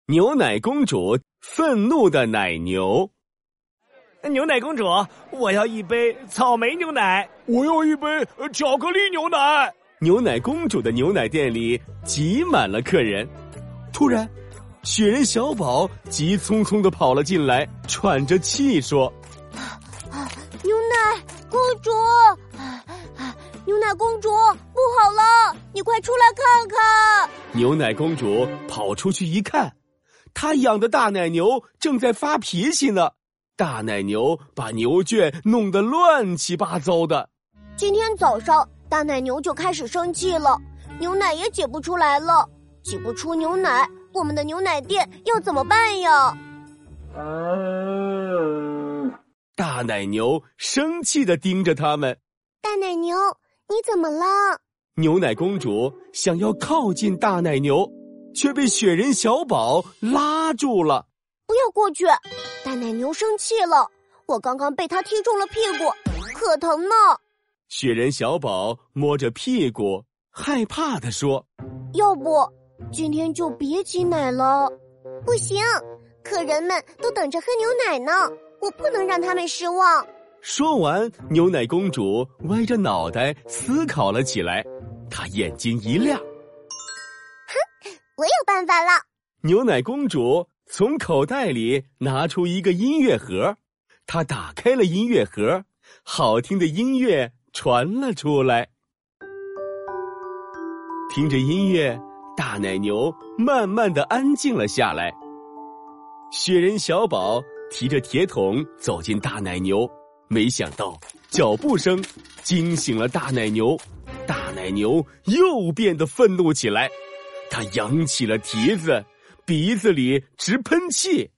牛奶公主愤怒的奶牛。 牛奶公主，我要一杯草莓牛奶。 我要一杯巧克力牛奶。 牛奶公主的牛奶店里挤满了客人。突然，雪人小宝急匆匆地跑了进来，喘着气说： 牛奶公主，牛奶公主，不好了，你快出来看看。 牛奶公主跑出去一看，她养的大奶牛正在发脾气呢。大奶牛把牛圈弄得乱七八糟的。 今天早上，大奶牛就开始生气了，牛奶也挤不出来了，挤不出牛奶，我们的牛奶店要怎么办呀？ 大奶牛生气地盯着他们。 大奶牛，你怎么了？ 牛奶公主想要靠近大奶牛，却被雪人小宝拉住了。 不要过去，大奶牛生气了，我刚刚被它踢中了屁股，可疼呢。 雪人小宝摸着屁股，害怕地说： 要不今天就别挤奶了。不行，客人们都等着喝牛奶呢，我不能让他们失望。 说完，牛奶公主歪着脑袋思考了起来，她眼睛一亮。 我有办法了。 牛奶公主从口袋里拿出一个音乐盒，她打开了音乐盒，好听的音乐传了出来。听着音乐，大奶牛慢慢地安静了下来。雪人小宝提着铁桶走进大奶牛，没想到脚步声惊醒了大奶牛。大奶牛又变得愤怒起来，他扬起了蹄子，鼻子里直喷气。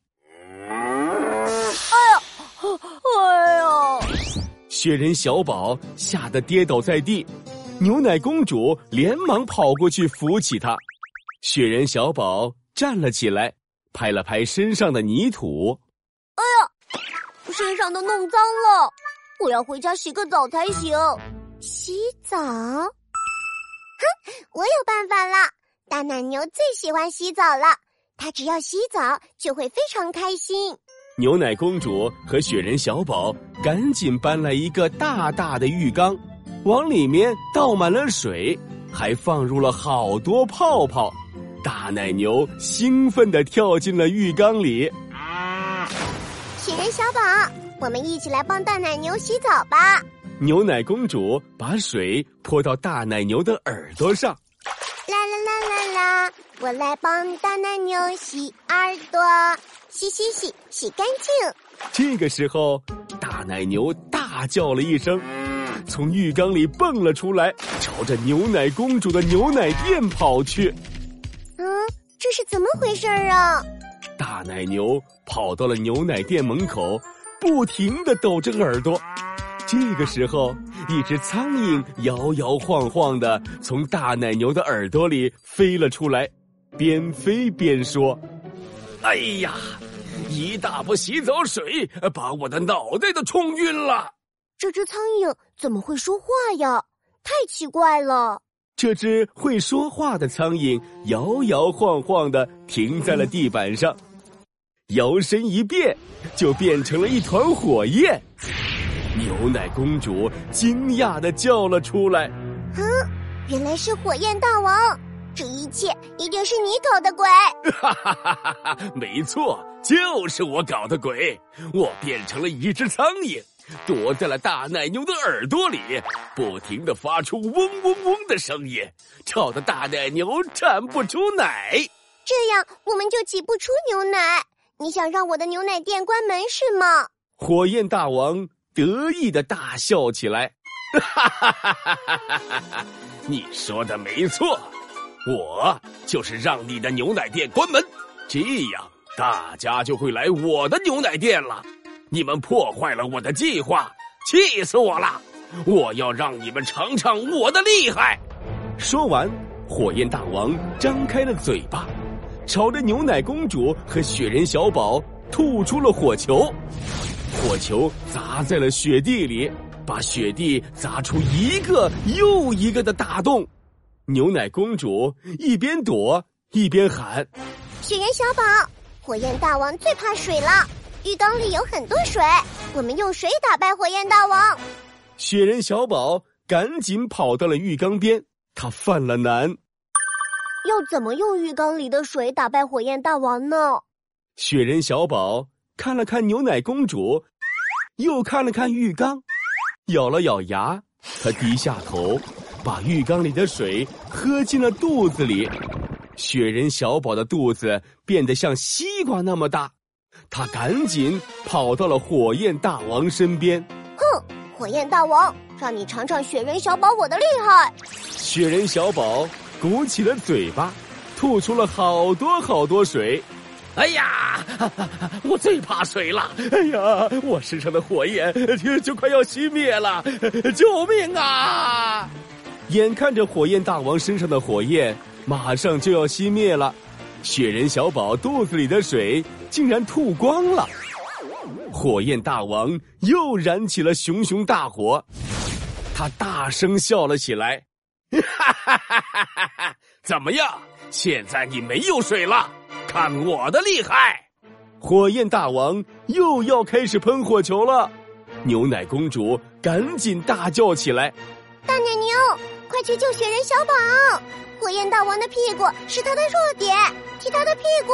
哎呀！ 雪人小宝吓得跌倒在地，牛奶公主连忙跑过去扶起他。雪人小宝站了起来，拍了拍身上的泥土。 哎呀，身上都弄脏了，我要回家洗个澡才行。洗澡？我有办法了。大奶牛最喜欢洗澡了，它只要洗澡就会非常开心。 牛奶公主和雪人小宝赶紧搬来一个大大的浴缸，往里面倒满了水，还放入了好多泡泡。大奶牛兴奋地跳进了浴缸里。 雪人小宝，我们一起来帮大奶牛洗澡吧。 牛奶公主把水泼到大奶牛的耳朵上。 啦啦啦啦啦，我来帮大奶牛洗耳朵，洗洗洗，洗干净。 这个时候，大奶牛大叫了一声，从浴缸里蹦了出来，朝着牛奶公主的牛奶店跑去。 这是怎么回事啊？ 大奶牛跑到了牛奶店门口，不停地抖着耳朵。这个时候，一只苍蝇摇摇晃晃地从大奶牛的耳朵里飞了出来，边飞边说：哎呀，一大波洗澡水把我的脑袋都冲晕了。 这只苍蝇怎么会说话呀？太奇怪了。 这只会说话的苍蝇摇摇晃晃地停在了地板上，摇身一变就变成了一团火焰。牛奶公主惊讶地叫了出来： 原来是火焰大王，这一切一定是你搞的鬼。 哈哈哈哈哈！没错，就是我搞的鬼。我变成了一只苍蝇，躲在了大奶牛的耳朵里，不停地发出嗡嗡嗡的声音，吵得大奶牛产不出奶。 这样我们就挤不出牛奶。你想让我的牛奶店关门是吗？ 火焰大王得意地大笑起来。哈哈哈哈哈哈！你说的没错，我就是让你的牛奶店关门，这样大家就会来我的牛奶店了。你们破坏了我的计划，气死我了！我要让你们尝尝我的厉害。说完，火焰大王张开了嘴巴，朝着牛奶公主和雪人小宝吐出了火球。火球砸在了雪地里，把雪地砸出一个又一个的大洞。牛奶公主一边躲一边喊： 雪人小宝，火焰大王最怕水了，浴缸里有很多水，我们用水打败火焰大王。 雪人小宝赶紧跑到了浴缸边，他犯了难。 要怎么用浴缸里的水打败火焰大王呢？ 雪人小宝看了看牛奶公主，又看了看浴缸，咬了咬牙，他低下头，把浴缸里的水喝进了肚子里。雪人小宝的肚子变得像西瓜那么大，他赶紧跑到了火焰大王身边。 哼，火焰大王，让你尝尝雪人小宝我的厉害！ 雪人小宝鼓起了嘴巴，吐出了好多好多水。 哎呀，我最怕水了！哎呀，我身上的火焰就快要熄灭了，救命啊！ 眼看着火焰大王身上的火焰马上就要熄灭了，雪人小宝肚子里的水竟然吐光了。火焰大王又燃起了熊熊大火，他大声笑了起来。 哈哈哈哈哈哈！怎么样？现在你没有水了，看我的厉害！ 火焰大王又要开始喷火球了，牛奶公主赶紧大叫起来： 大奶牛，快去救雪人小宝！火焰大王的屁股是他的弱点，踢他的屁股！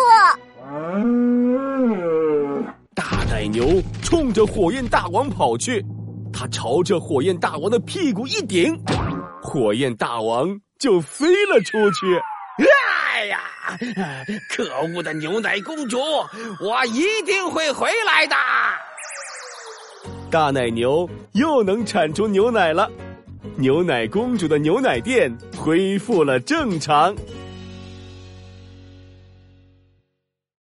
大奶牛冲着火焰大王跑去，他朝着火焰大王的屁股一顶，火焰大王就飞了出去。 哎呀，可恶的牛奶公主，我一定会回来的！ 大奶牛又能产出牛奶了，牛奶公主的牛奶店恢复了正常。